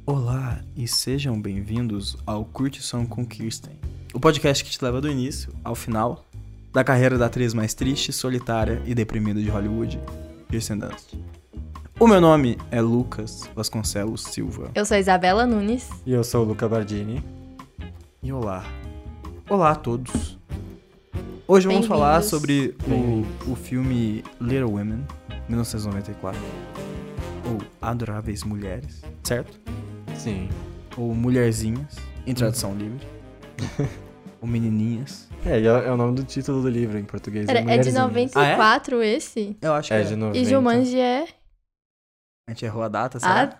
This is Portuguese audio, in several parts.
Olá e sejam bem-vindos ao Curtição com Kirsten, o podcast que te leva do início ao final da carreira da atriz mais triste, solitária e deprimida de Hollywood, Kirsten Dunst. O meu nome é Lucas Vasconcelos Silva. Eu sou Isabela Nunes. E eu sou o Luca Bardini. E olá a todos. Hoje vamos falar sobre o filme Little Women, 1994, ou Adoráveis Mulheres, certo? Sim. Ou Mulherzinhas, em tradução livre. Ou Menininhas. É o nome do título do livro em português. É de 94 esse? Eu acho que É de 90. E Jumanji é... A gente errou a data, será?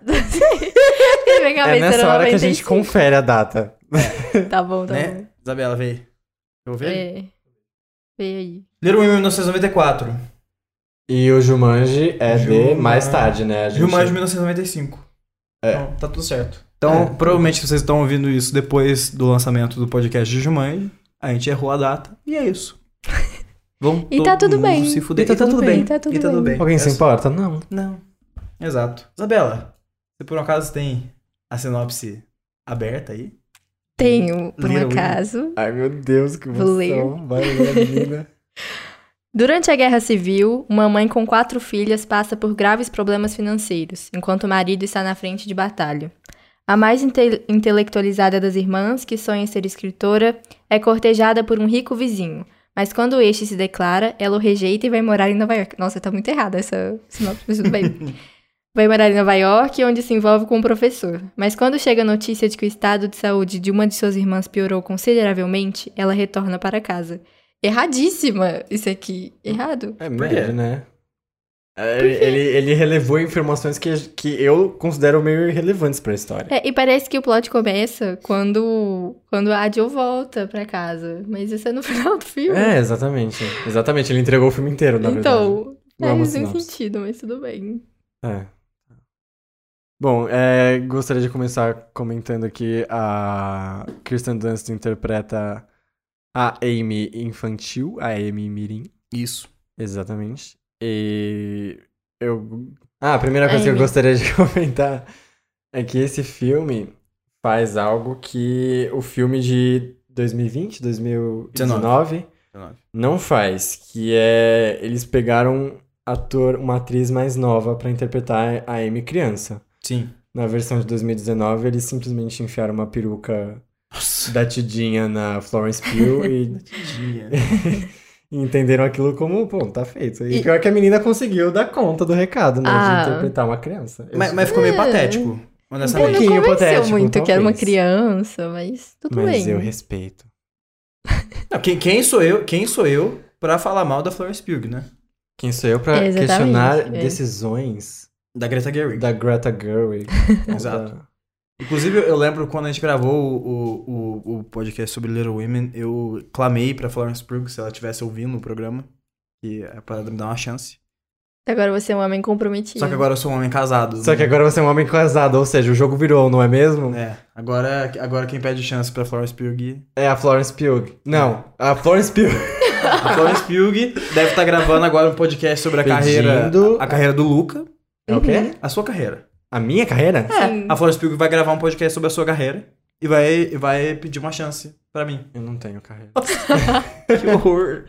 É nessa hora que a gente confere a data. Tá bom. Né? Isabela, veio. Eu vou ver? Veio aí. Little Women, 1994. E o Jumanji é de mais tarde, né? Jumanji, 1995. É. Então, tá tudo certo. Então, provavelmente vocês estão ouvindo isso depois do lançamento do podcast de Jumanji. A gente errou a data. E é isso. Vamos E tá tudo bem. se fuder. E tá tudo bem. Alguém se importa? Não. Não. Exato. Isabela, você por um acaso tem a sinopse aberta aí? Tenho, por um Little acaso. Ai, meu Deus, que Vou ler. emoção. Vai ler, menina. Durante a Guerra Civil, uma mãe com 4 filhas passa por graves problemas financeiros, enquanto o marido está na frente de batalha. A mais intelectualizada das irmãs, que sonha em ser escritora, é cortejada por um rico vizinho, mas quando este se declara, ela o rejeita e vai morar em Nova York. Nossa, tá muito errada essa sinopse, mas tudo bem. Vai morar em Nova York, onde se envolve com um professor. Mas quando chega a notícia de que o estado de saúde de uma de suas irmãs piorou consideravelmente, ela retorna para casa. Erradíssima isso aqui. Errado. É médio, né? Ele relevou informações que eu considero meio irrelevantes pra história. E parece que o plot começa quando a Jo volta pra casa. Mas isso é no final do filme. É, exatamente. Exatamente, ele entregou o filme inteiro, na verdade. Então, Vamos, faz sinopse. sentido, mas tudo bem. É. Bom, gostaria de começar comentando que a Kirsten Dunst interpreta a Amy infantil, a Amy Mirim. Isso. Exatamente. E a primeira coisa que eu Amy. gostaria de comentar é que esse filme faz algo que o filme de 2020, 2019 não faz, que é eles pegaram uma atriz mais nova pra interpretar a Amy criança. Sim. Na versão de 2019, eles simplesmente enfiaram uma peruca da Tidinha na Florence Pugh e e entenderam aquilo como, pô, tá feito. E pior que a menina conseguiu dar conta do recado, né? De interpretar uma criança. Mas ficou meio patético, honestamente. Não pouquinho convenceu hipotético, muito que era uma talvez. criança, mas tudo bem. Mas eu respeito. Não, quem sou eu pra falar mal da Florence Pugh, né? Quem sou eu pra Exatamente, questionar é. decisões Da Greta Gerwig. da Greta Gerwig? Exato. Inclusive, eu lembro quando a gente gravou o podcast sobre Little Women, eu clamei pra Florence Pugh se ela estivesse ouvindo o programa, que é pra me dar uma chance. Agora você é um homem comprometido. Só que agora eu sou um homem casado. Só que agora você é um homem casado, ou seja, o jogo virou, não é mesmo? Agora quem pede chance pra Florence Pugh... É a Florence Pugh. Não, a Florence Pugh. A Florence Pugh deve estar gravando agora um podcast sobre a carreira do Luca. É o quê? A sua carreira. A minha carreira? Sim. A Florence Pugh vai gravar um podcast sobre a sua carreira e vai pedir uma chance pra mim. Eu não tenho carreira. Que horror.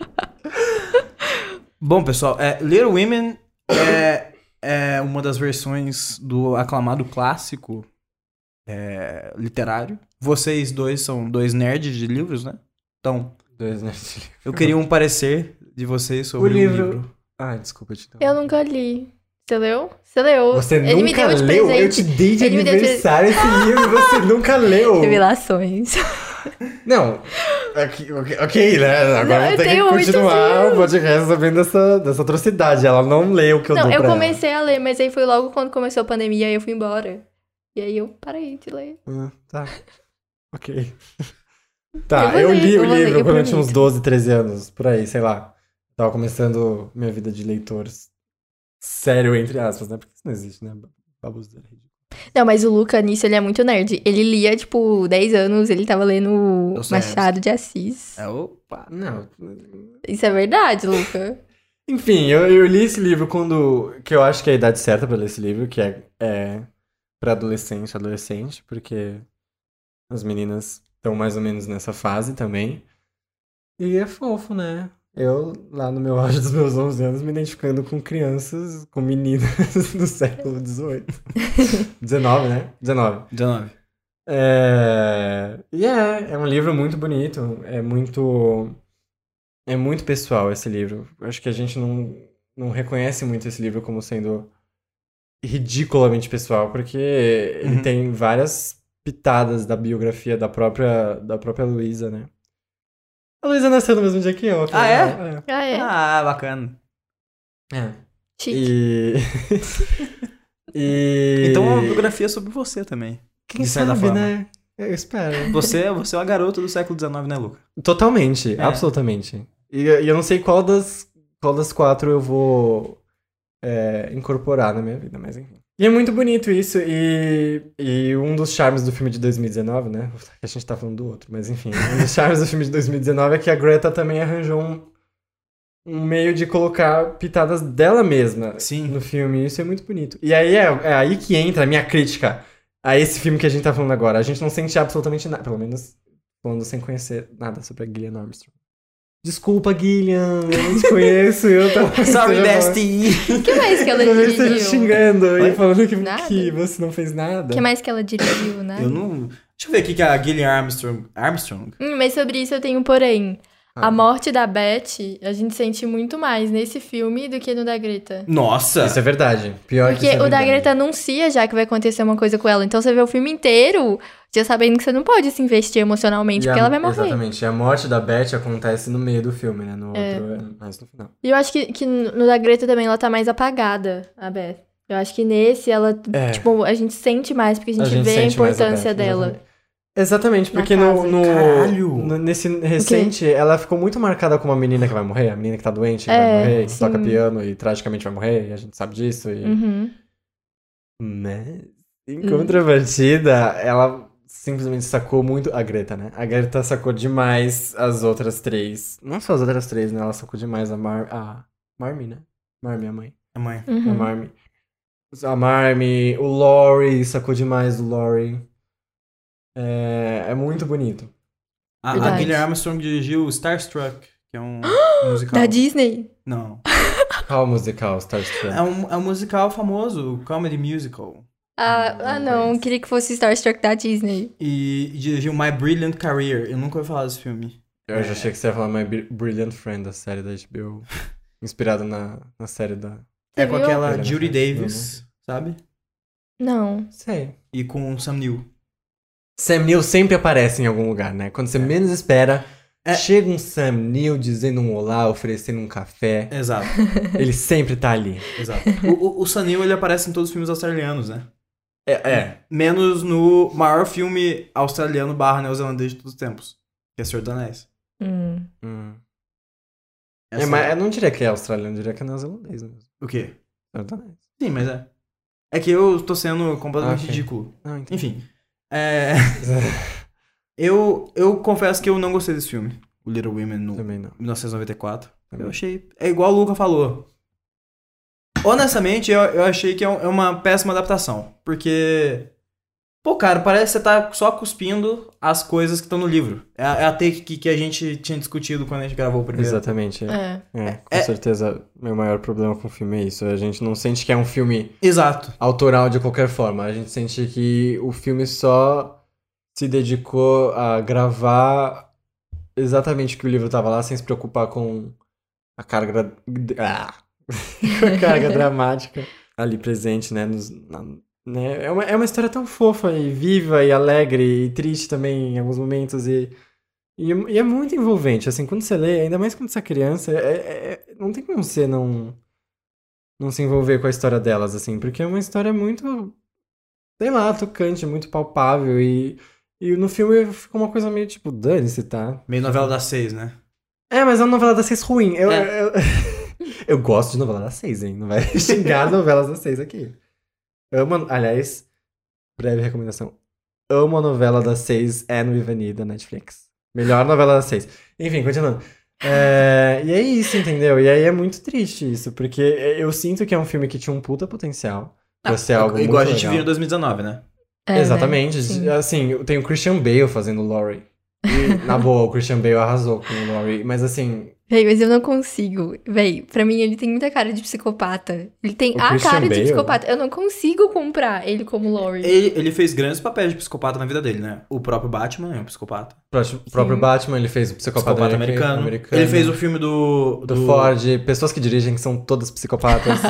Bom, pessoal, Little Women é uma das versões do aclamado clássico literário. Vocês dois são 2 nerds de livros, né? Então, eu queria um parecer de vocês sobre o livro. Ai, desculpa te dar. Eu nunca li. Você leu? Você leu. Você Ele me nunca deu de leu? presente. Eu te dei de Ele me deu de aniversário esse livro e você nunca leu. Revelações. Não, ok, né? Agora Não, eu eu tenho que tenho muitos continuar o livros. podcast sabendo dessa atrocidade. Ela não leu o que eu Não, dou eu pra comecei a ler, mas aí foi logo quando começou a pandemia e eu fui embora. E aí eu parei de ler. ela. Tá, ok. Eu Tá, vou eu ler, li eu o vou ler, livro eu quando eu tinha uns prometo. 12, 13 anos, por aí, sei lá. Tava começando minha vida de leitor sério, entre aspas, né? Porque isso não existe, né? Baboseira. Não, mas o Luca, nisso, ele é muito nerd. Ele lia, 10 anos, ele tava lendo Dostoiévski. Machado de Assis. Opa. Não. Isso é verdade, Luca. Enfim, eu li esse livro que eu acho que é a idade certa pra ler esse livro, que é pré-adolescente, adolescente, porque as meninas estão mais ou menos nessa fase também. E é fofo, né? Eu, lá no meu auge dos meus 11 anos, me identificando com crianças, com meninas do século XVIII. 19, né? 19. E é um livro muito bonito, é muito pessoal esse livro. Acho que a gente não reconhece muito esse livro como sendo ridiculamente pessoal, porque ele tem várias pitadas da biografia da própria Luísa, né? A Luísa nasceu no mesmo dia que eu. Ah, é? Ah, é? Ah, bacana. Chique. Então é uma biografia sobre você também. Quem sabe, né? Eu espero. Você é uma garota do século XIX, né, Luca? Totalmente, absolutamente. E eu não sei qual das 4 eu vou incorporar na minha vida, mas enfim. E é muito bonito isso, e um dos charmes do filme de 2019, né? A gente tá falando do outro, mas enfim. Um dos charmes do filme de 2019 é que a Greta também arranjou um meio de colocar pitadas dela mesma no filme. Isso é muito bonito. E aí é aí que entra a minha crítica a esse filme que a gente tá falando agora. A gente não sente absolutamente nada, pelo menos falando sem conhecer nada sobre a Gillian Armstrong. Desculpa, Gillian, eu não te conheço. Sorry, bestie. O que mais que ela dirigiu? Você xingando e falando que você não fez nada. O que mais que ela dirigiu, né? Eu não... Deixa eu ver aqui que a Gillian Armstrong. Mas sobre isso eu tenho um porém. A morte da Beth, a gente sente muito mais nesse filme do que no da Greta. Nossa! Isso é verdade. Pior porque que isso é verdade. O da Greta anuncia já que vai acontecer uma coisa com ela. Então você vê o filme inteiro já sabendo que você não pode se investir emocionalmente, porque ela vai morrer. Exatamente. E a morte da Beth acontece no meio do filme, né? No outro é mais no final. E eu acho que no da Greta também ela tá mais apagada, a Beth. Eu acho que nesse ela, tipo, a gente sente mais, porque a gente vê a importância dela. Exatamente, porque nesse recente, ela ficou muito marcada como a menina que vai morrer, a menina que tá doente, que vai morrer, que toca piano e tragicamente vai morrer, e a gente sabe disso. Mas, em contrapartida, ela simplesmente sacou muito a Greta, né? A Greta sacou demais as outras 3. Não só as outras 3, né? Ela sacou demais a Marmee, né? Marmee, a mãe. A mãe. A Marmee. A Marmee, o Laurie, sacou demais o Laurie. É muito bonito. A Gillian Armstrong dirigiu Starstruck, que é um musical. Da Disney? Não. Qual musical, Starstruck? É um musical famoso, comedy musical. Não. Queria que fosse Starstruck da Disney. E dirigiu My Brilliant Career. Eu nunca ouvi falar desse filme. Eu já achei que você ia falar My Brilliant Friend, da série da HBO. Inspirado na série da... Com aquela Judy Davis, sabe? Não. Sei. E com o Sam Neill. Sam Neill sempre aparece em algum lugar, né? Quando você menos espera, chega um Sam Neill dizendo um olá, oferecendo um café. Exato. Ele sempre tá ali. Exato. O Sam Neill, ele aparece em todos os filmes australianos, né? Menos no maior filme australiano / neozelandês de todos os tempos, que é Senhor dos Anéis. Mas eu não diria que é australiano, eu diria que é neozelandês mesmo. O quê? Senhor dos Anéis. Sim, mas é. É que eu tô sendo completamente ridículo. Enfim. Eu confesso que eu não gostei desse filme, o Little Women, no 1994. Também. Eu achei... É igual o Luca falou. Honestamente, eu achei que é uma péssima adaptação. Porque... Pô, cara, parece que você tá só cuspindo as coisas que estão no livro. É a take que a gente tinha discutido quando a gente gravou o primeiro. Exatamente. Com certeza, meu maior problema com o filme é isso. A gente não sente que é um filme autoral de qualquer forma. A gente sente que o filme só se dedicou a gravar exatamente o que o livro tava lá, sem se preocupar com a carga... com a carga dramática ali presente, né? É uma história tão fofa e viva e alegre e triste também em alguns momentos e é muito envolvente, assim, quando você lê, ainda mais quando você é criança, não tem como você não se envolver com a história delas, assim, porque é uma história muito, sei lá, tocante, muito palpável e no filme ficou uma coisa meio tipo, dane-se, tá? Meio novela das 6, né? Mas é uma novela das 6 ruim, eu gosto de novela das 6, hein, não vai xingar novelas das 6 aqui. Aliás, breve recomendação. Amo a novela das 6 Anne with Annie da Netflix. Melhor novela das 6. Enfim, continuando. E é isso, entendeu? E aí é muito triste isso, porque eu sinto que é um filme que tinha um puta potencial. pra ser algo muito igual a legal. gente viu em 2019, né? Exatamente. Né? Assim, tem o Christian Bale fazendo o Laurie. E, na boa, o Christian Bale arrasou com o Laurie. Mas assim... Véi, mas eu não consigo. Véi, pra mim ele tem muita cara de psicopata. Ele tem O a Christian cara de Bale? psicopata. Eu não consigo comprar ele como Laurie. Ele fez grandes papéis de psicopata na vida dele, né? O próprio Batman é um psicopata. O próprio Batman, ele fez o psicopata americano. Ele fez o filme do Ford. Pessoas que dirigem que são todas psicopatas.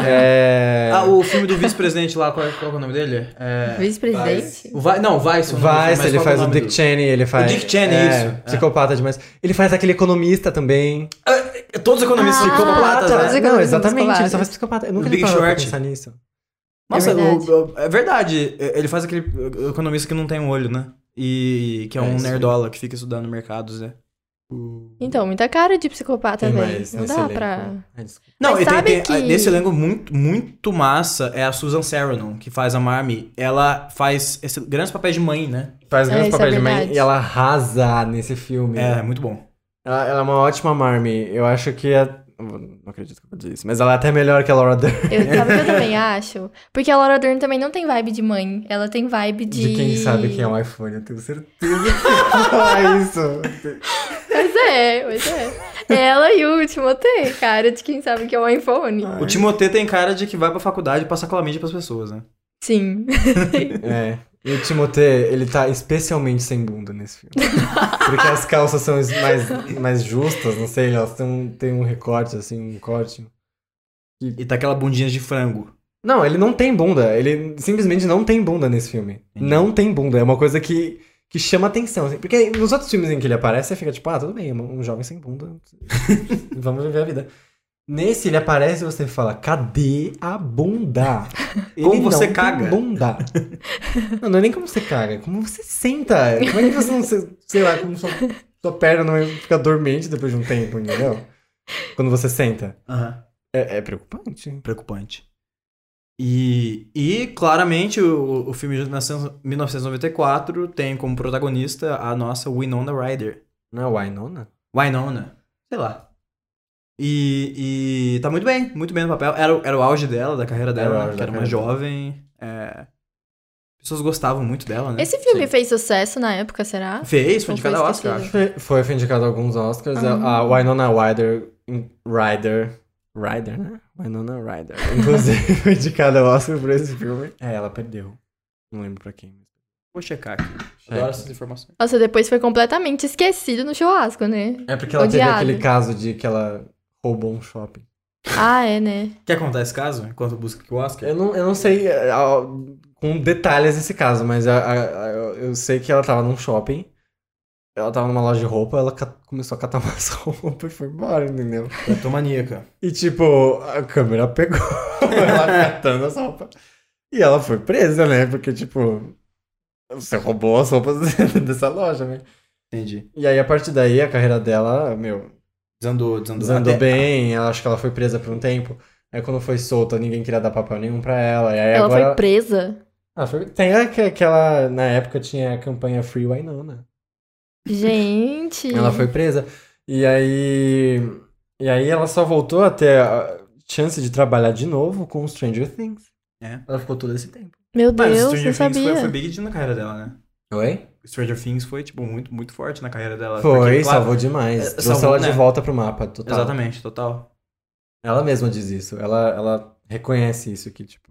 o filme do vice-presidente lá, qual é o nome dele? Vice-presidente? O Vice. Vice, ele faz o Dick Cheney, ele faz... O Dick Cheney, isso. Psicopata demais. Ele faz aquele economista também. Todos os economistas psicopatas, todos os né? economistas Não, exatamente, psicopatas. ele só faz psicopata. Eu nunca O Big parei pra Short. pensar nisso. Nossa, É é verdade. Ele faz aquele economista que não tem um olho, né? E que é um isso aí. nerdola que fica estudando mercados, né? Então, muita cara de psicopata, Quem velho. mais Não nesse dá elenco? pra... Desculpa. Não, Mas e sabe que- nesse elenco muito massa é a Susan Sarandon, que faz a Marmee. Ela faz grandes papéis de mãe, né? Faz grandes isso é papéis de mãe verdade. e ela arrasa nesse filme. É, muito bom. Ela é uma ótima Marmee. Eu acho que não acredito que eu vou dizer isso, mas ela é até melhor que a Laura Dern. Sabe o que eu também acho? Porque a Laura Dern também não tem vibe de mãe. Ela tem vibe de... De quem sabe quem é um iPhone, eu tenho certeza que falar isso. Pois é. Ela e o Timothée, cara, de quem sabe que é um iPhone. O Timothée tem cara de que vai pra faculdade e passa clamídia pras pessoas, né? Sim. É. E o Timothée, ele tá especialmente sem bunda nesse filme. Porque as calças são mais justas, não sei, elas têm um recorte, assim, um corte. E tá aquela bundinha de frango. Não, ele não tem bunda. Ele simplesmente não tem bunda nesse filme. Não tem bunda. É uma coisa que chama atenção. Assim. Porque nos outros filmes em que ele aparece, você fica tipo, tudo bem, um jovem sem bunda. Vamos viver a vida. Nesse, ele aparece e você fala, cadê a bunda? Como você não caga? Tem bunda. Não é nem como você caga, como você senta. Como é que você não, sei lá, como sua perna não fica dormente depois de um tempo, entendeu? Quando você senta. É preocupante. Preocupante. E claramente o filme de 1994 tem como protagonista a nossa Winona Ryder. Não é Winona? Winona. Sei lá. E tá muito bem no papel. Era o auge dela, da carreira dela, né? Que era uma jovem. Pessoas gostavam muito dela, né? Esse filme fez sucesso na época, será? Fez, foi Ou indicado foi ao Oscar, esquecido? acho. Foi indicado a alguns Oscars. A Winona Ryder, né? Winona Ryder. Inclusive, foi indicada ao Oscar por esse filme. Ela perdeu. Não lembro pra quem. Vou checar aqui. Adoro essas informações. Nossa, depois foi completamente esquecido no churrasco, né? É porque ela Odiado. teve aquele caso de que ela roubou um shopping. Ah, é, né? Quer contar esse caso enquanto busca aqui o Oscar? Eu não sei com detalhes esse caso, mas eu sei que ela tava num shopping. Ela tava numa loja de roupa, ela começou a catar umas roupas e foi embora, entendeu? Maníaca. E tipo, a câmera pegou ela catando as roupas. E ela foi presa, né? Porque, tipo, você roubou as roupas dessa loja, né? Entendi. E aí, a partir daí, a carreira dela, Desandou bem. Acho que ela foi presa por um tempo. Aí, quando foi solta, ninguém queria dar papel nenhum pra ela. E aí, Ela agora... foi presa. Tem aquela... Na época, tinha a campanha Free Winona. Gente. Ela foi presa. E aí ela só voltou a ter a chance de trabalhar de novo com Stranger Things. Ela ficou todo esse tempo. Meu Mas Deus, Stranger não Things sabia. foi big na carreira dela, né? Oi? Stranger Things foi, tipo, muito, muito forte na carreira dela. Foi, porque, claro, salvou demais. Trouxe salvou, ela né? de volta pro mapa, total. Exatamente, total. Ela mesma diz isso. Ela reconhece isso que, tipo...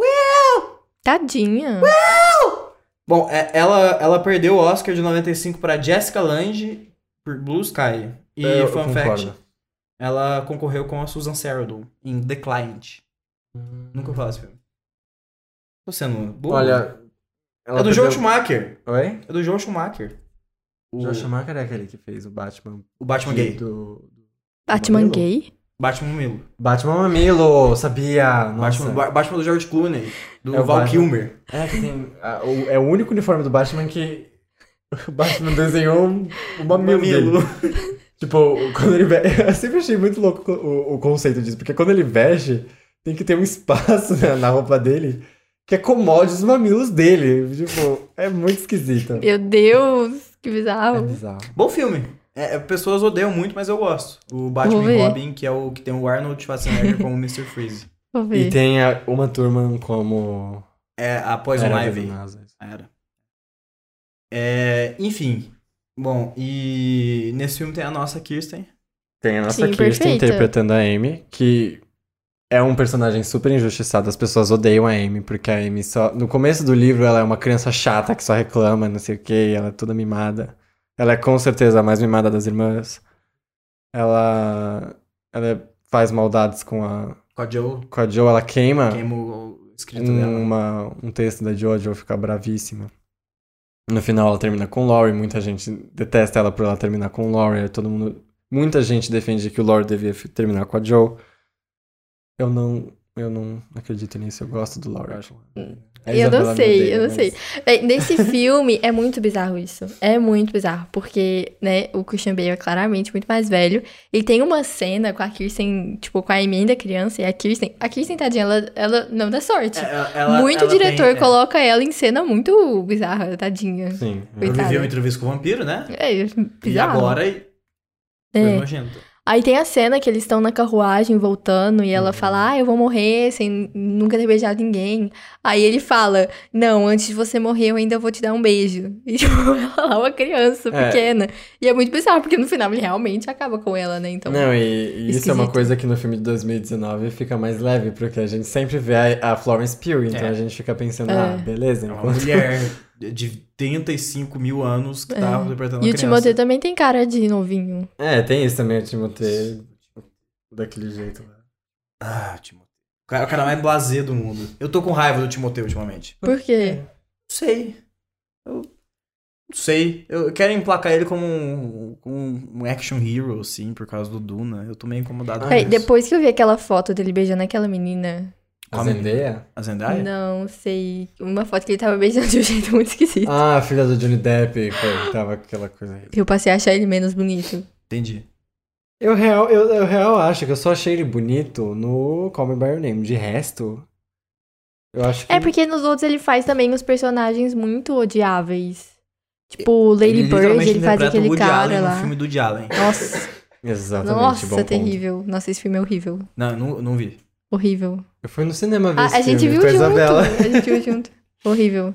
Tadinha. Bom, ela perdeu o Oscar de 95 pra Jessica Lange por Blue Sky. E, Eu fun concordo. fact, ela concorreu com a Susan Sarandon em The Client. Nunca ouvi falar desse filme. Tô sendo bobo. Olha... É do Joel Schumacher. Oi? É do Joel Schumacher. Joel Schumacher é aquele que fez o Batman... O Batman gay. Batman Mamilo? gay? Batman Mamilo. Batman Mamilo, sabia? Nossa. Batman do George Clooney. Do É o Val Batman. Kilmer. É que tem... é o único uniforme do Batman que... O Batman desenhou o mamilo dele. Tipo, quando ele veste... Eu sempre achei muito louco o conceito disso. Porque quando ele veste, tem que ter um espaço na roupa dele que acomode os mamilos dele. Tipo, é muito esquisito. Meu Deus, que É bizarro. bizarro. Bom filme. Pessoas odeiam muito, mas eu gosto. O Batman Vou e ver. Robin, que é o que tem o Arnold Schwarzenegger como Mr. Freeze. Vou ver. E tem Uma Thurman como... É a Poison Era Ivy. venenosa. Era. Enfim. Bom, e nesse filme tem a nossa Kirsten. Tem a nossa Sim, Kirsten perfeita. interpretando a Amy, que é um personagem super injustiçado. As pessoas odeiam a Amy, porque a Amy só... No começo do livro, ela é uma criança chata que só reclama, não sei o quê, ela é toda mimada. Ela é com certeza a mais mimada das irmãs. Ela faz maldades com a Com a Joe. Joe, ela queima Queima o escrito dela. um texto da Joe, a Joe fica bravíssima. No final ela termina com o Laurie, muita gente detesta ela por ela terminar com o Laurie, muita gente defende que o Laurie devia terminar com a Joe. Eu não acredito nisso, eu gosto do Laurie. Eu não sei. Nesse filme é muito bizarro isso. É muito bizarro, porque, né, o Christian Bale é claramente muito mais velho. E tem uma cena com a Kirsten, tipo, com a Amy ainda criança, e a Kirsten, tadinha, ela não dá sorte. Muito diretor coloca ela em cena muito bizarra, tadinha. Sim. Eu vivi uma entrevista com o vampiro, né? É, bizarro. E agora... Foi nojento. Aí tem a cena que eles estão na carruagem voltando e ela fala, eu vou morrer sem nunca ter beijado ninguém. Aí ele fala, não, antes de você morrer eu ainda vou te dar um beijo. E tipo, ela lá, uma criança pequena. E é muito bizarro, porque no final ele realmente acaba com ela, né? Então, não, e isso é uma coisa que no filme de 2019 fica mais leve, porque a gente sempre vê a Florence Pugh, então a gente fica pensando, beleza. É uma mulher de 35 mil anos que tá interpretando uma criança. E o Timothée também tem cara de novinho. Tem isso também, o Timothée daquele jeito lá. Timothée. O cara mais blasé do mundo. Eu tô com raiva do Timothée ultimamente. Por quê? Não sei. Eu não sei. Eu quero emplacar ele como um action hero, assim, por causa do Duna. Eu tô meio incomodado com isso. Depois que eu vi aquela foto dele beijando aquela menina... A Zendaya? A Zendaya? Não, sei. Uma foto que ele tava beijando de um jeito muito esquisito. A filha do Johnny Depp, tava aquela coisa aí. Eu passei a achar ele menos bonito. Entendi. Eu real acho que eu só achei ele bonito no Call Me By Your Name. De resto, eu acho que... porque nos outros ele faz também os personagens muito odiáveis. Tipo, Lady Bird, ele faz aquele Woody cara Allen lá. no filme do Woody Allen. Nossa. Exatamente. Nossa, terrível. Nossa, esse filme é horrível. Não vi. Horrível. Eu fui no cinema ver esse a gente filme viu com a junto. Isabela. A gente viu junto. Horrível.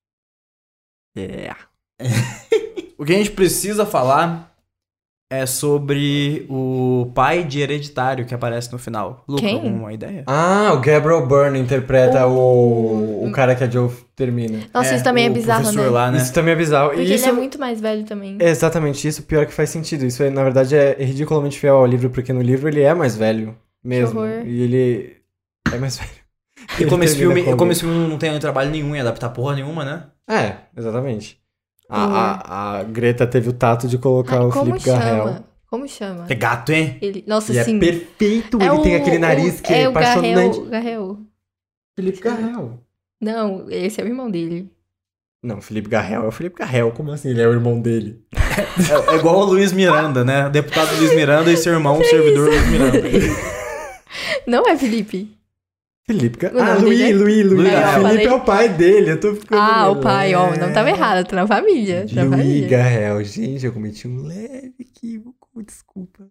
O que a gente precisa falar é sobre o pai de Hereditário que aparece no final. Luca, Quem? alguma ideia? O Gabriel Byrne interpreta o cara que a Joe termina. Nossa, isso também é bizarro, né? Lá, né? Isso também é bizarro. Porque isso... ele é muito mais velho também. É exatamente isso, pior que faz sentido. Isso, na verdade, é ridiculamente fiel ao livro, porque no livro ele é mais velho mesmo. Que horror. E ele é mais velho. E como esse filme não tem trabalho nenhum em adaptar porra nenhuma, né? Exatamente. A Greta teve o tato de colocar o Felipe Garrel. Como chama? É gato, hein? Nossa, e sim. é perfeito, ele tem aquele nariz que é apaixonante. Garrel. Felipe Garrel. Não, esse é o irmão dele. Não, Felipe Garrel é o Felipe Garrel. Como assim? Ele é o irmão dele. É igual o Luiz Miranda, né? Deputado Luiz Miranda e seu irmão, o servidor Luiz Miranda. Não é Felipe. Luiz. Felipe é o pai dele. Eu tô ficando... o pai, ó. Não tava errado, tá na família. Luiz Garrel. Gente, eu cometi um leve equívoco. Desculpa.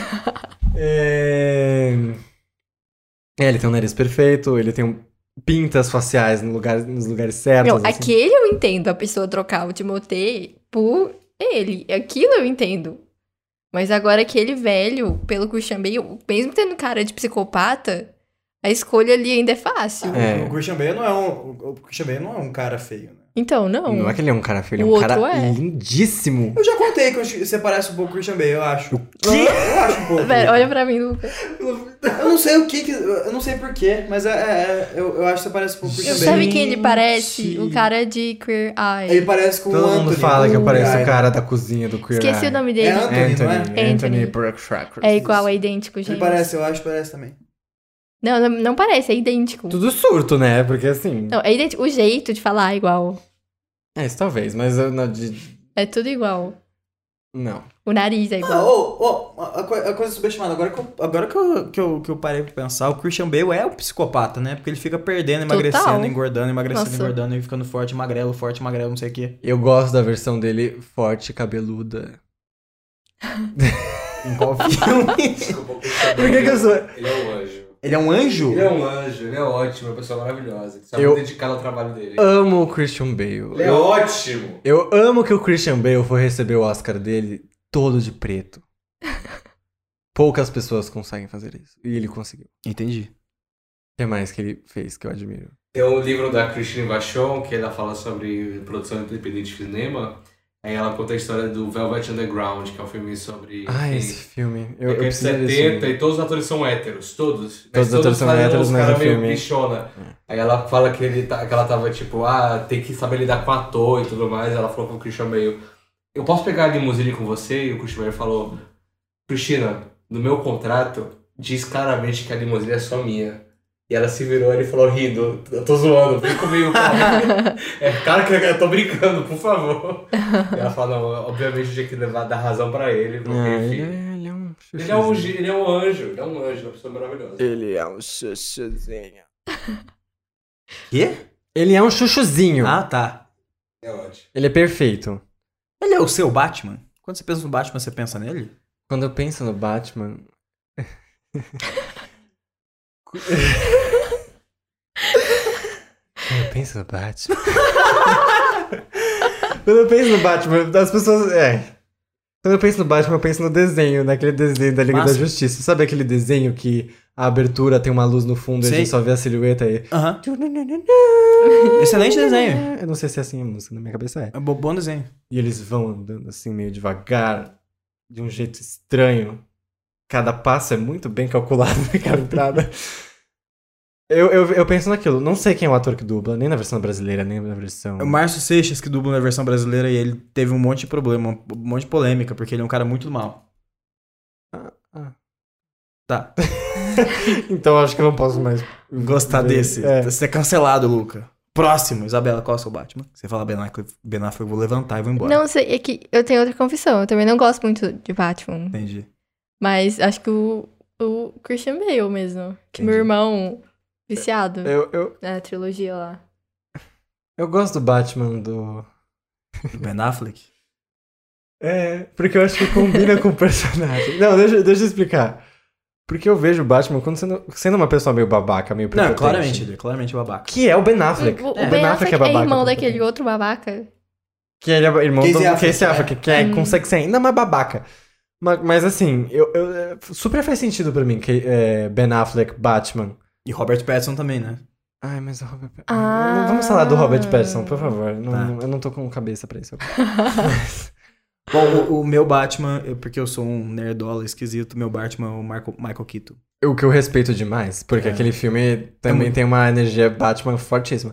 Ele tem um nariz perfeito. Ele tem pintas faciais nos lugares certos. Não, assim. Aquele eu entendo a pessoa trocar o Timothée por ele. Aquilo eu entendo. Mas agora aquele velho, pelo Christian Bale, mesmo tendo cara de psicopata, a escolha ali ainda é fácil. O Christian Bale não é um cara feio, né? Então, não. Não é que ele é um cara feio, ele é um cara lindíssimo. Eu já contei que você parece um pouco o Christian Bale, eu acho. O quê? Eu acho um pouco. Velho, olha pra mim, Luca. Eu não sei eu não sei porquê, mas eu acho que você parece um pouco o Christian Bale. Sabe quem ele parece? O cara de Queer Eye. Ele parece com o Todo Anthony. mundo fala que eu pareço o cara da cozinha do Queer Eye. Esqueci o nome dele. É Anthony. Anthony Burke. É igual, é idêntico, gente. Ele parece, eu acho que parece também. Não parece, é idêntico. Tudo surto, né? Porque assim... Não, é idêntico. O jeito de falar é igual. Isso talvez, mas eu não... É tudo igual. Não. O nariz é igual. A coisa subestimada. Agora que eu parei pra pensar, o Christian Bale é um psicopata, né? Porque ele fica perdendo, emagrecendo, Total. engordando, Nossa. engordando, e ficando forte, magrelo, não sei o quê. Eu gosto da versão dele forte, cabeluda. Em qual filme? Por que eu sou... Ele é o anjo. Ele é um anjo? Ele é um anjo, ele é ótimo, é uma pessoa maravilhosa. Sabe muito dedicado ao trabalho dele. Amo o Christian Bale. Ele é ótimo. Eu amo que o Christian Bale foi receber o Oscar dele todo de preto. Poucas pessoas conseguem fazer isso. E ele conseguiu. Entendi. O que mais que ele fez que eu admiro? Tem um livro da Christine Vachon, que ela fala sobre produção independente de cinema. Aí ela conta a história do Velvet Underground, que é um filme sobre... Esse filme. Eu é de preciso 70 e todos os atores são héteros, todos. Todos os atores são héteros, mas o filme... Pichona. Aí ela fala que ela tava tipo, tem que saber lidar com ator e tudo mais. Ela falou com o Christian Bale, eu posso pegar a limusine com você? E o Christian Bale falou, Cristina, no meu contrato diz claramente que a limusine é só minha. E ela se virou e ele falou rindo, eu tô zoando, vem comigo, cara. Cara, que eu tô brincando, por favor. E ela falou, não, obviamente eu tinha que dar razão pra ele, porque ele é um ele é um anjo, uma pessoa maravilhosa. Ele é um chuchuzinho. Quê? Ele é um chuchuzinho. Ah, tá. É ótimo. Ele é perfeito. Ele é o seu Batman? Quando você pensa no Batman, você pensa nele? Quando eu penso no Batman... Quando eu penso no Batman... Quando eu penso no Batman, as pessoas... Quando eu penso no Batman, eu penso no desenho, naquele desenho da Liga da Justiça. Sabe aquele desenho que a abertura tem uma luz no fundo e a gente só vê a silhueta aí? Aham. Excelente desenho. Eu não sei se é assim a música, na minha cabeça é. É bom desenho. E eles vão andando assim meio devagar, de um jeito estranho. Cada passo é muito bem calculado naquela entrada. Eu penso naquilo. Não sei quem é o ator que dubla, nem na versão brasileira, nem na versão... É o Márcio Seixas que dubla na versão brasileira e ele teve um monte de problema, um monte de polêmica, porque ele é um cara muito mal. Tá. Então acho que eu não posso mais gostar desse. Você é cancelado, Luca. Próximo, Isabela, qual é o seu Batman? Você fala Ben Affleck, eu vou levantar e vou embora. Não sei, é que eu tenho outra confissão. Eu também não gosto muito de Batman. Entendi. Mas acho que o Christian Bale mesmo. Que meu irmão... Viciado. Na trilogia lá. Eu gosto do Batman do Ben Affleck? Porque eu acho que combina com o personagem. Não, deixa eu explicar. Porque eu vejo o Batman quando sendo uma pessoa meio babaca, meio prepotente. Não, claramente, ele é claramente babaca. Que é o Ben Affleck. O Ben Affleck é babaca. É irmão daquele outro babaca. Que ele é irmão do Casey Affleck, que consegue ser ainda mais babaca. Mas assim, super faz sentido pra mim que Ben Affleck, Batman... E Robert Pattinson também, né? Ai, mas o Robert Pattinson... Não vamos falar do Robert Pattinson, por favor. Eu não tô com cabeça pra isso. Bom, o meu Batman, porque eu sou um nerdola esquisito, meu Batman é o Michael Keaton. O que eu respeito demais, porque aquele filme também tem uma energia Batman fortíssima.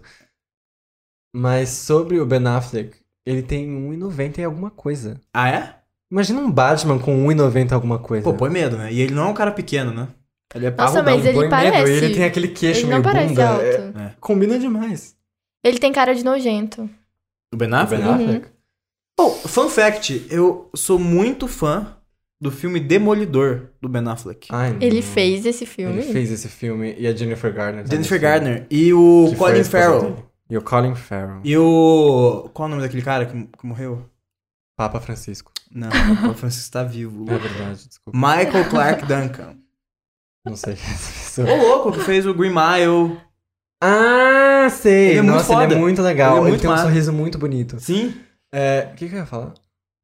Mas sobre o Ben Affleck, ele tem 1,90 e alguma coisa. Ah, é? Imagina um Batman com 1,90 e alguma coisa. Pô, põe medo, né? E ele não é um cara pequeno, né? Ele é Nossa, mas ele parece... Ele tem aquele queixo meio bunda. Ele não parece alto. Combina demais. Ele tem cara de nojento. O Ben Affleck? Oh, fun fact, eu sou muito fã do filme Demolidor, do Ben Affleck. Ele fez esse filme? Ele fez esse filme. E a Jennifer Garner. Jennifer Garner. E o Colin Farrell. E o Colin Farrell. E o... Qual é o nome daquele cara que morreu? Papa Francisco. Não, o Papa Francisco tá vivo. É verdade, desculpa. Michael Clark Duncan. Não sei quem é essa pessoa. O louco que fez o Green Mile. Ah, sei. Ele é muito foda. Ele é muito legal. Ele tem um sorriso muito bonito. Sim. O que eu ia falar?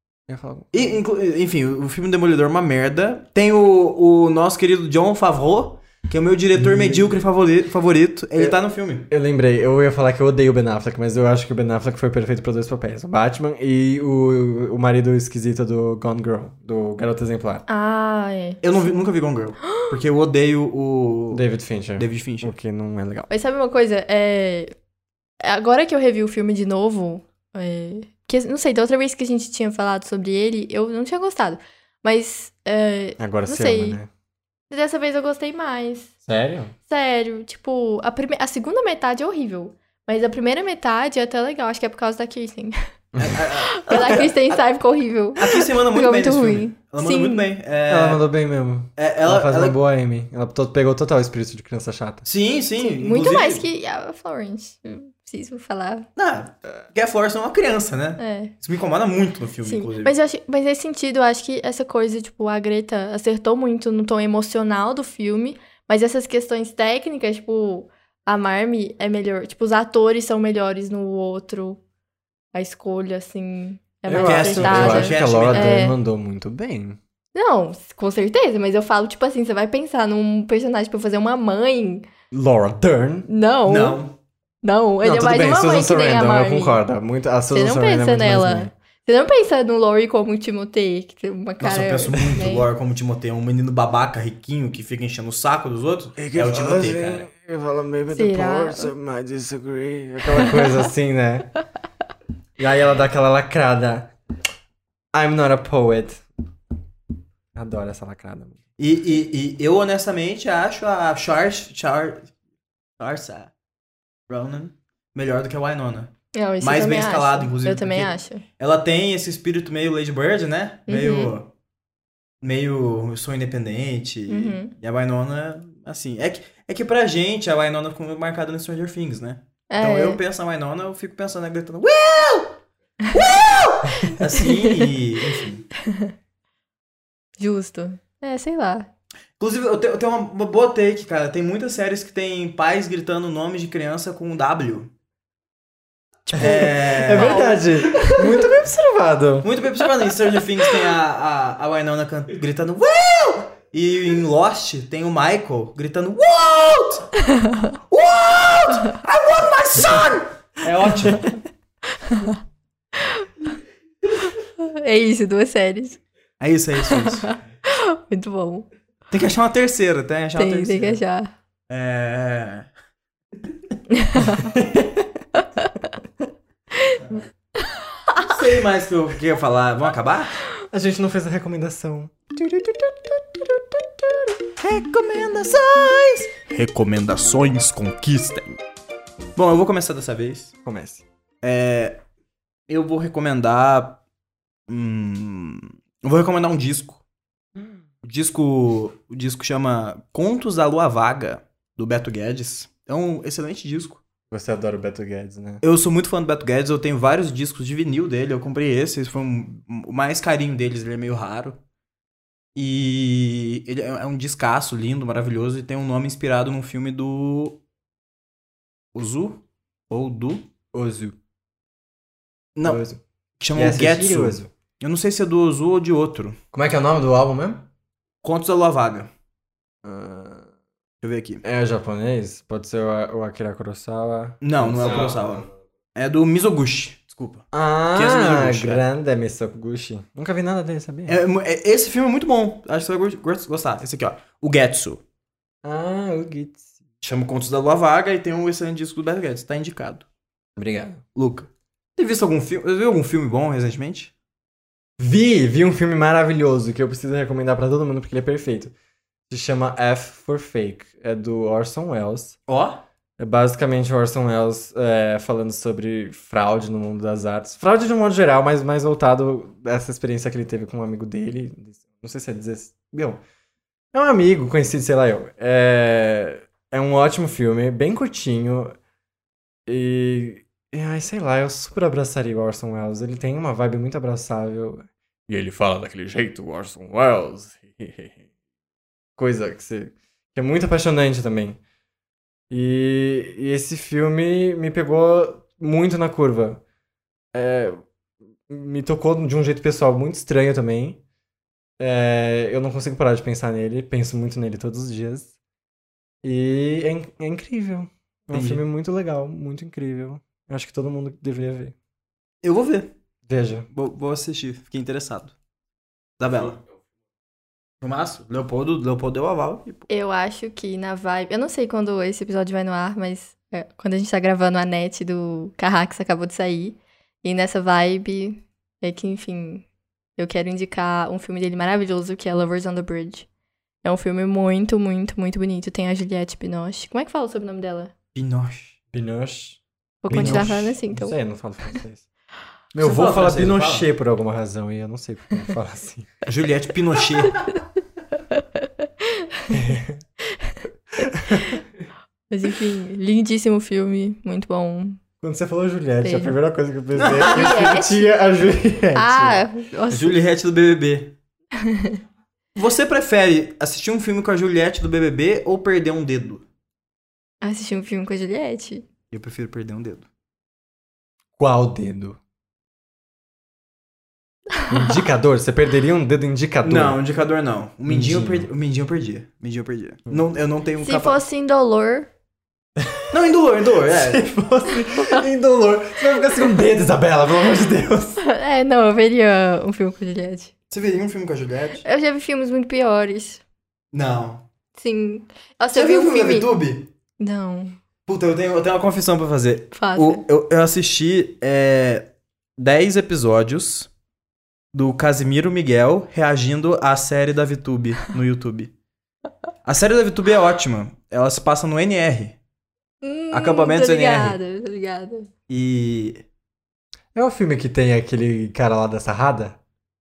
Enfim, o filme Demolidor é uma merda. Tem o nosso querido Jon Favreau, que é o meu diretor medíocre favorito. Ele tá no filme. Eu lembrei, eu ia falar que eu odeio o Ben Affleck, mas eu acho que o Ben Affleck foi perfeito para dois papéis. O Batman e o marido esquisito do Gone Girl, do Garoto Exemplar. Ah, é. Eu nunca vi Gone Girl, porque eu odeio o... David Fincher. O que não é legal. Mas sabe uma coisa? Agora que eu revi o filme de novo... Que, não sei, da outra vez que a gente tinha falado sobre ele, eu não tinha gostado. Mas... Agora não você sei. ama, né? Dessa vez eu gostei mais. Sério? Sério. Tipo, a segunda metade é horrível. Mas a primeira metade é até legal. Acho que é por causa da Kirsten. Porque a Kristen Stewart ficou horrível. A Kirsten manda muito bem nesse filme. Ela manda Sim. muito bem. Ela mandou bem mesmo. Ela faz uma boa Amy. Ela pegou total o espírito de criança chata. Sim. Muito mais que a Florence. Preciso falar. Não, porque a Florence é uma criança, né? Isso me incomoda muito no filme, inclusive. Mas nesse sentido, eu acho que essa coisa, tipo, a Greta acertou muito no tom emocional do filme, Mas essas questões técnicas, tipo, a Marmee é melhor. Tipo, os atores são melhores no outro. A escolha, assim, é mais Eu acertada. acho que a Laura Dern mandou muito bem. Não, com certeza, mas eu falo, tipo assim, você vai pensar num personagem pra fazer uma mãe. Laura Dern? Não. Não, ele é mais uma mãe que nem a Marmee. Eu concordo. Muito, a Você não pensa nela. Você não pensa no Laurie como o Timothée, que tem uma cara... Nossa, eu penso muito no Laurie como o Timothée. Um menino babaca, riquinho, que fica enchendo o saco dos outros. É o Timothée, cara. Eu falo, maybe the parts of my disagree. Aquela coisa assim, né? E aí ela dá aquela lacrada. I'm not a poet. Adoro essa lacrada. E eu, honestamente, acho a Saoirse Ronan melhor do que a Winona. Não, isso mais eu bem escalado, acho. inclusive. Eu também acho. Ela tem esse espírito meio Lady Bird, né? Meio eu sou independente. E a Winona, assim... É que pra gente, a Winona ficou marcada no Stranger Things, né? Então eu penso na Winona, eu fico pensando, gritando... Will! Will! Assim, e... Enfim. Justo. Sei lá. Inclusive, eu tenho uma boa take, cara. Tem muitas séries que tem pais gritando nomes de criança com W. Tipo, é verdade. Muito bem observado. Muito bem observado. Em Stranger Things tem a Winona gritando Will! E em Lost tem o Michael gritando Walt! Walt! I want my son! É ótimo. É isso, 2 séries. É isso. Muito bom. Tem que achar uma terceira, tem que achar. Não sei mais o que eu ia falar. Vamos acabar? A gente não fez a recomendação. Recomendações conquistem. Bom, eu vou começar dessa vez. Comece. Eu vou recomendar... eu vou recomendar um disco. O disco chama Contos da Lua Vaga, do Beto Guedes. É um excelente disco. Você adora o Beto Guedes, né? Eu sou muito fã do Beto Guedes, eu tenho vários discos de vinil dele, eu comprei esse foi o mais carinho deles, ele é meio raro. E ele é um discaço lindo, maravilhoso, e tem um nome inspirado num filme do... Ozu? Ou do... Ozu. Não, Ozu. Chama o Getsu. Eu não sei se é do Ozu ou de outro. Como é que é o nome do álbum mesmo? Contos da Lua Vaga. Deixa eu ver aqui. É japonês? Pode ser o Akira Kurosawa? Não é o Kurosawa. É do Mizoguchi, desculpa. Mizoguchi, grande Mizoguchi. Nunca vi nada dele, sabia? Esse filme é muito bom. Acho que você vai gostar. Esse aqui, ó. O Getsu. O Getsu. Chama Contos da Lua Vaga e tem um excelente disco do Beto Guedes. Tá indicado. Obrigado. Luca, tem visto algum filme? Você viu algum filme bom recentemente? Vi um filme maravilhoso que eu preciso recomendar pra todo mundo porque ele é perfeito. Se chama F for Fake. É do Orson Welles. É basicamente o Orson Welles falando sobre fraude no mundo das artes. Fraude de um modo geral, mas mais voltado a essa experiência que ele teve com um amigo dele. Não sei se é dizer... Bom, é um amigo conhecido, sei lá eu. É um ótimo filme, bem curtinho. Sei lá, eu super abraçaria o Orson Welles. Ele tem uma vibe muito abraçável. E ele fala daquele jeito, Orson Welles. Coisa que é muito apaixonante também. E esse filme me pegou muito na curva. Me tocou de um jeito pessoal muito estranho também. Eu não consigo parar de pensar nele. Penso muito nele todos os dias. E é incrível. É um filme muito legal, muito incrível. Eu acho que todo mundo deveria ver. Eu vou ver. Veja. Vou assistir. Fiquei interessado. Isabela. Filmaço? Leopoldo deu aval. Eu acho que na vibe... Eu não sei quando esse episódio vai no ar, mas quando a gente tá gravando a net do Carrax acabou de sair. E nessa vibe é que, enfim, eu quero indicar um filme dele maravilhoso, que é Lovers on the Bridge. É um filme muito, muito, muito bonito. Tem a Juliette Binoche. Como é que fala sobre o nome dela? Binoche. Vou continuar falando assim, então. Não sei, não falo francês. Eu vou falar Pinochet por alguma razão e eu não sei como falar assim. Juliette Pinochet. Mas enfim, lindíssimo filme, muito bom. Quando você falou Juliette, a primeira coisa que eu pensei é que tinha a Juliette. Nossa. Juliette do BBB. Você prefere assistir um filme com a Juliette do BBB ou perder um dedo? Assistir um filme com a Juliette. Eu prefiro perder um dedo. Qual dedo? Indicador? Você perderia um dedo indicador? Não, indicador não. O mindinho Mindinho. eu perdia. Não, eu não tenho Se fosse indolor... Não, indolor, Se fosse indolor. Você vai ficar sem um dedo, Isabela, pelo amor de Deus. Não, eu veria um filme com a Juliette. Você veria um filme com a Juliette? Eu já vi filmes muito piores. Não. Sim. Nossa, Você eu vi viu um o filme filme... da VTube? Não. Puta, eu tenho uma confissão pra fazer. Faça. Eu assisti 10 episódios do Casimiro Miguel reagindo à série da VTube no YouTube. A série da VTube é ótima. Ela se passa no NR. Acampamentos NR. Tô ligada. E... É o filme que tem aquele cara lá da sarrada?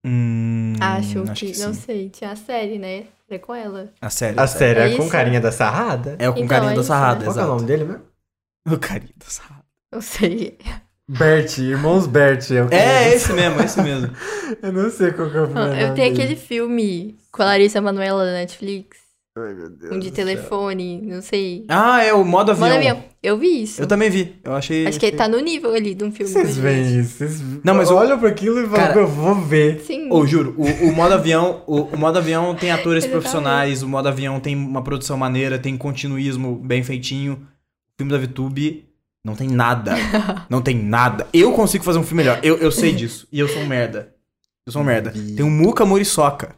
Acho que não sim. sei. Tinha a série, né? É com ela. A série. A série É é com isso? carinha da sarrada? É o com Então, carinha é da isso, sarrada, né? Qual que é o exato. nome dele mesmo? O carinha da sarrada. Não sei. Bert, Irmãos Bert. Esse mesmo. Eu não sei qual que é o filme. Eu tenho aquele filme com a Larissa Manoela da Netflix. Ai, meu Deus Um de do céu. telefone, não sei. Ah, é o modo avião. Modo avião. Eu vi isso. Eu também vi. Eu achei... Acho que tá no nível ali de um filme. Vocês com veem gente. isso? Vocês Não, mas olham pra aquilo e falam, Cara, eu vou ver. Sim. Ô, juro, o modo avião, o modo avião tem atores Ele tá profissionais, o modo avião tem uma produção maneira, tem continuismo bem feitinho. O filme da VTube não tem nada. Não tem nada. Eu consigo fazer um filme melhor. Eu sei disso. E eu sou um merda. Tem o Muka Muriçoca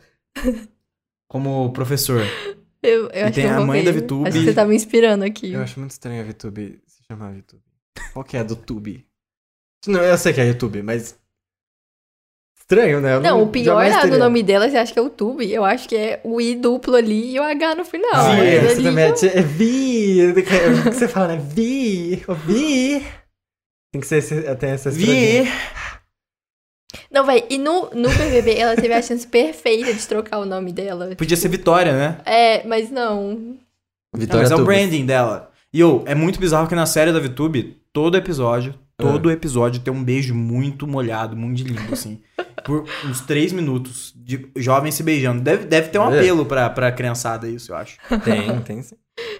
como professor. Eu E acho tem que eu a vou mãe ver. da VTube. Acho que você tá me inspirando aqui. Eu acho muito estranho a VTube se chamar VTube. Qual que é a do Tube? Não, eu sei que é YouTube, mas... Estranho, né? Eu Não, o pior jamais do teria. nome dela, você acha que é o Tube? Eu acho que é o I duplo ali e o H no final. Ah, Vi, Aquilo você ali também já- é Vi. O que você fala, né? Vi. Vi. Tem que ser até essa Vi! Não, véi, e no BBB ela teve a chance perfeita de trocar o nome dela. Podia ser Vitória, né? Mas não. Não, Vitória mas é o Tubes. branding dela. E, é muito bizarro que na série da VTube, todo episódio tem um beijo muito molhado, muito lindo, assim. Por uns 3 minutos de jovens se beijando. Deve ter um apelo pra criançada isso, eu acho. Tem sim.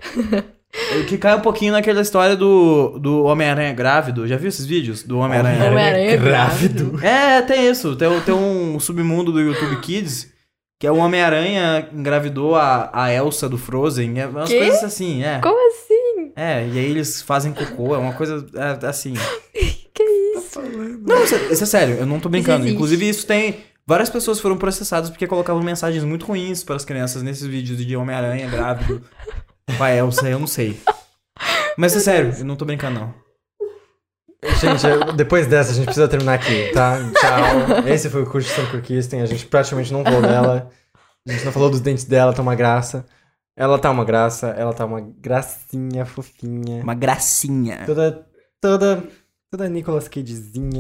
O que cai um pouquinho naquela história do Homem-Aranha grávido. Já viu esses vídeos do Homem-Aranha? Homem-Aranha grávido. Tem isso. Tem um submundo do YouTube Kids, que é o Homem-Aranha engravidou a Elsa do Frozen. É umas Quê? coisas assim, Como assim? e aí eles fazem cocô, é uma coisa assim. Que isso? Não, isso é sério, eu não tô brincando. existe. Inclusive, isso tem... Várias pessoas foram processadas porque colocavam mensagens muito ruins para as crianças nesses vídeos de Homem-Aranha grávido com a Elsa, eu não sei. Mas é sério, eu não tô brincando, não. Gente, depois dessa a gente precisa terminar aqui, tá? Tchau. Esse foi o curso de São Kirsten. A gente praticamente não falou dela. A gente não falou dos dentes dela, tá uma graça. Ela tá uma graça, ela tá uma gracinha, fofinha. Uma gracinha. Toda Nicolas Cagezinha.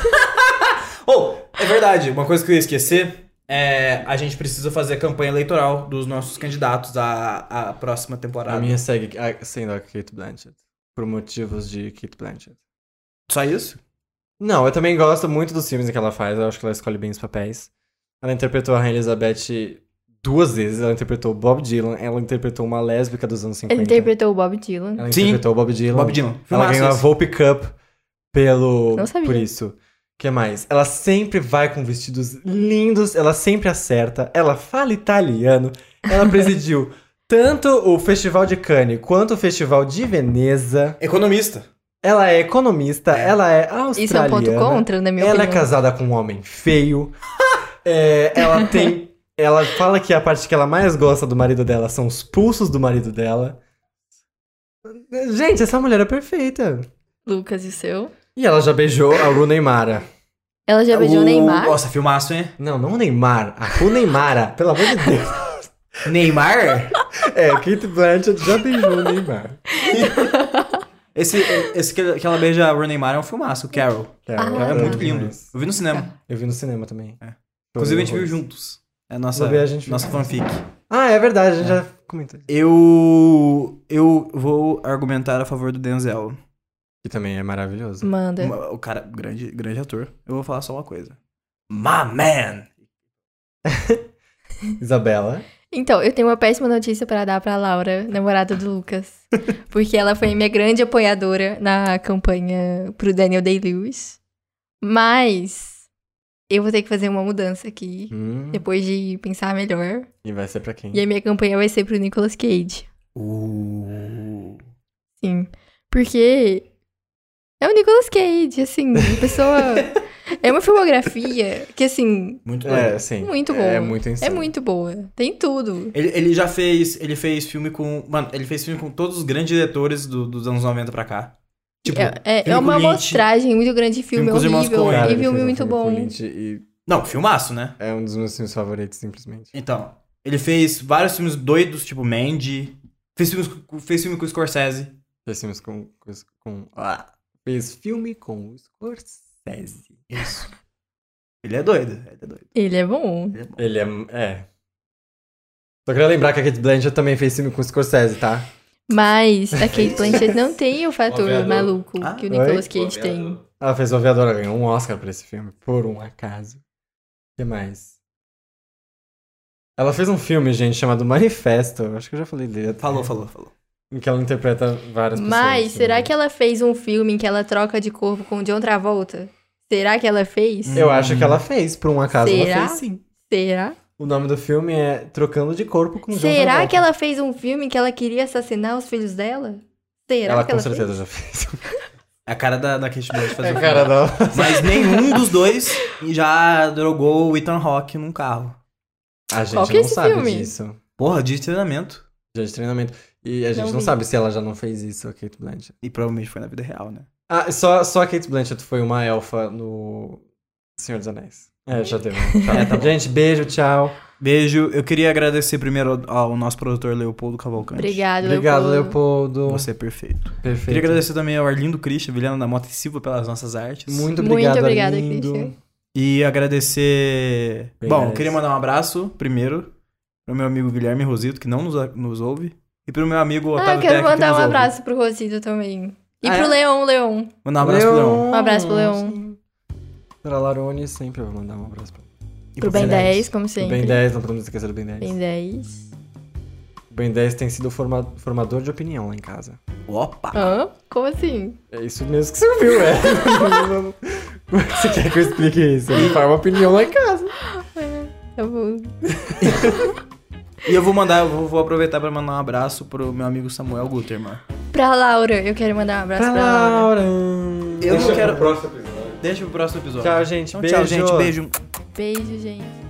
É verdade, uma coisa que eu ia esquecer a gente precisa fazer a campanha eleitoral dos nossos candidatos à próxima temporada. A minha segue sendo a Kate Blanchett. Por motivos de Kate Blanchett. Só isso? Não, eu também gosto muito dos filmes que ela faz. Eu acho que ela escolhe bem os papéis. Ela interpretou a Rainha Elizabeth 2 vezes. Ela interpretou o Bob Dylan. Ela interpretou uma lésbica dos anos 50. Ele interpretou o Bob Dylan. Ela Sim. interpretou o Bob Dylan. Bob Dylan. Ela Filmaço ganhou a esse. Volpe Cup Não sabia. por isso. O que mais? Ela sempre vai com vestidos lindos. Ela sempre acerta. Ela fala italiano. Ela presidiu tanto o Festival de Cannes quanto o Festival de Veneza. Economista. Ela é economista. Ela é australiana. Isso é um ponto contra, na minha Ela é opinião. casada com um homem feio. Ela fala que a parte que ela mais gosta do marido dela são os pulsos do marido dela. Gente, essa mulher é perfeita. Lucas, e o seu? E ela já beijou a Rooney Mara. Ela já beijou o Neymar? Nossa, filmaço, hein? Não o Neymar. A Rooney Mara. Pelo amor de Deus. Neymar? Kate Blanchett já beijou o Neymar. Esse que ela beija a Rooney Mara é um filmaço, o Carol. É muito lindo. Eu vi no cinema. Eu vi no cinema também. Inclusive a gente viu juntos. É a nossa, Vou ver, a gente nossa viu. fanfic. Ah, é verdade. A gente já comentou. Eu vou argumentar a favor do Denzel. Que também é maravilhoso. Manda. O cara, grande ator. Eu vou falar só uma coisa. My man! Isabela. Então, eu tenho uma péssima notícia pra dar pra Laura, namorada do Lucas. Porque ela foi minha grande apoiadora na campanha pro Daniel Day-Lewis. Mas eu vou ter que fazer uma mudança aqui, depois de pensar melhor. E vai ser pra quem? E a minha campanha vai ser pro Nicolas Cage. Sim. Porque é o Nicolas Cage, assim, a pessoa... É uma filmografia que, assim... Muito boa. Sim. Muito boa. É muito insano. É muito boa. Tem tudo. Ele já fez... Ele fez filme com... Mano, ele fez filme com todos os grandes diretores dos anos 90 pra cá. Tipo, é uma amostragem muito grande de filme com os irmãos horrível. Coen. E filme muito bom. Não, filmaço, né? É um dos meus filmes favoritos, simplesmente. Então, ele fez vários filmes doidos, tipo Mandy. Fez filme com o Scorsese. Fez filmes fez filme com o Scorsese. Isso. Ele é doido. Ele é bom. Ele é. Só queria lembrar que a Cate Blanchett também fez filme com o Scorsese, tá? Mas a Cate Blanchett não tem o fator Aviador. maluco que o Nicolas Cage tem. Aviador. Ela fez O Aviador, ela ganhou um Oscar pra esse filme, por um acaso. O que mais? Ela fez um filme, gente, chamado Manifesto. Acho que eu já falei dele. Falou. Em que ela interpreta várias pessoas. Mas será que ela fez um filme em que ela troca de corpo com o John Travolta? Será que ela fez? Eu acho que ela fez, por um acaso. Será? Ela fez sim. Será? O nome do filme é Trocando de Corpo com John Será Travolta. que ela fez um filme em que ela queria assassinar os filhos dela? Será Ela que com ela certeza fez? já fez. É a cara da Kate Blanchett fazer É o a filme. cara dela. Mas nenhum dos dois já drogou o Ethan Hawke num carro. A gente Qual que é não esse sabe filme? disso. Porra, de treinamento. Já de treinamento. E a gente Não não vi. sabe se ela já não fez isso, a Cate Blanchett. E provavelmente foi na vida real, né? Ah, só a Cate Blanchett foi uma elfa no Senhor dos Anéis. Já teve. Tchau. Gente, beijo, tchau. Beijo. Eu queria agradecer primeiro ao nosso produtor Leopoldo Cavalcante. Obrigado, Leopoldo. Você é perfeito. Perfeito. Queria agradecer também ao Arlindo Christian, Vilhena da Mota e Silva pelas nossas artes. Muito obrigado, obrigada, Arlindo. Christian. E agradecer... Bem Bom, nice. queria mandar um abraço, primeiro, pro meu amigo Guilherme Rosito, que não nos ouve. E pro meu amigo Otávio Eu quero Tec, que mandar nos um ouve. abraço pro Rosito também. E Ah, pro é? Leon. Mandar um abraço pro Leon. Um abraço pro Leon. Sim. Pra Larone, sempre eu vou mandar um abraço pra ele. E Pro Ben 10, como O sempre. Ben 10, não podemos esquecer do Ben 10. Ben 10. O Ben 10 tem sido formador de opinião lá em casa. Opa! Hã? Como assim? É isso mesmo que você ouviu, é. Como é que você quer que eu explique isso? Ele forma opinião lá em casa. Eu vou... E eu vou aproveitar pra mandar um abraço pro meu amigo Samuel Guterman. Pra Laura, eu quero mandar um abraço pra Laura. Eu não quero... Próximo episódio. Deixa pro próximo episódio. Tchau, gente. Então, Beijo. tchau, gente. Beijo. Beijo, gente.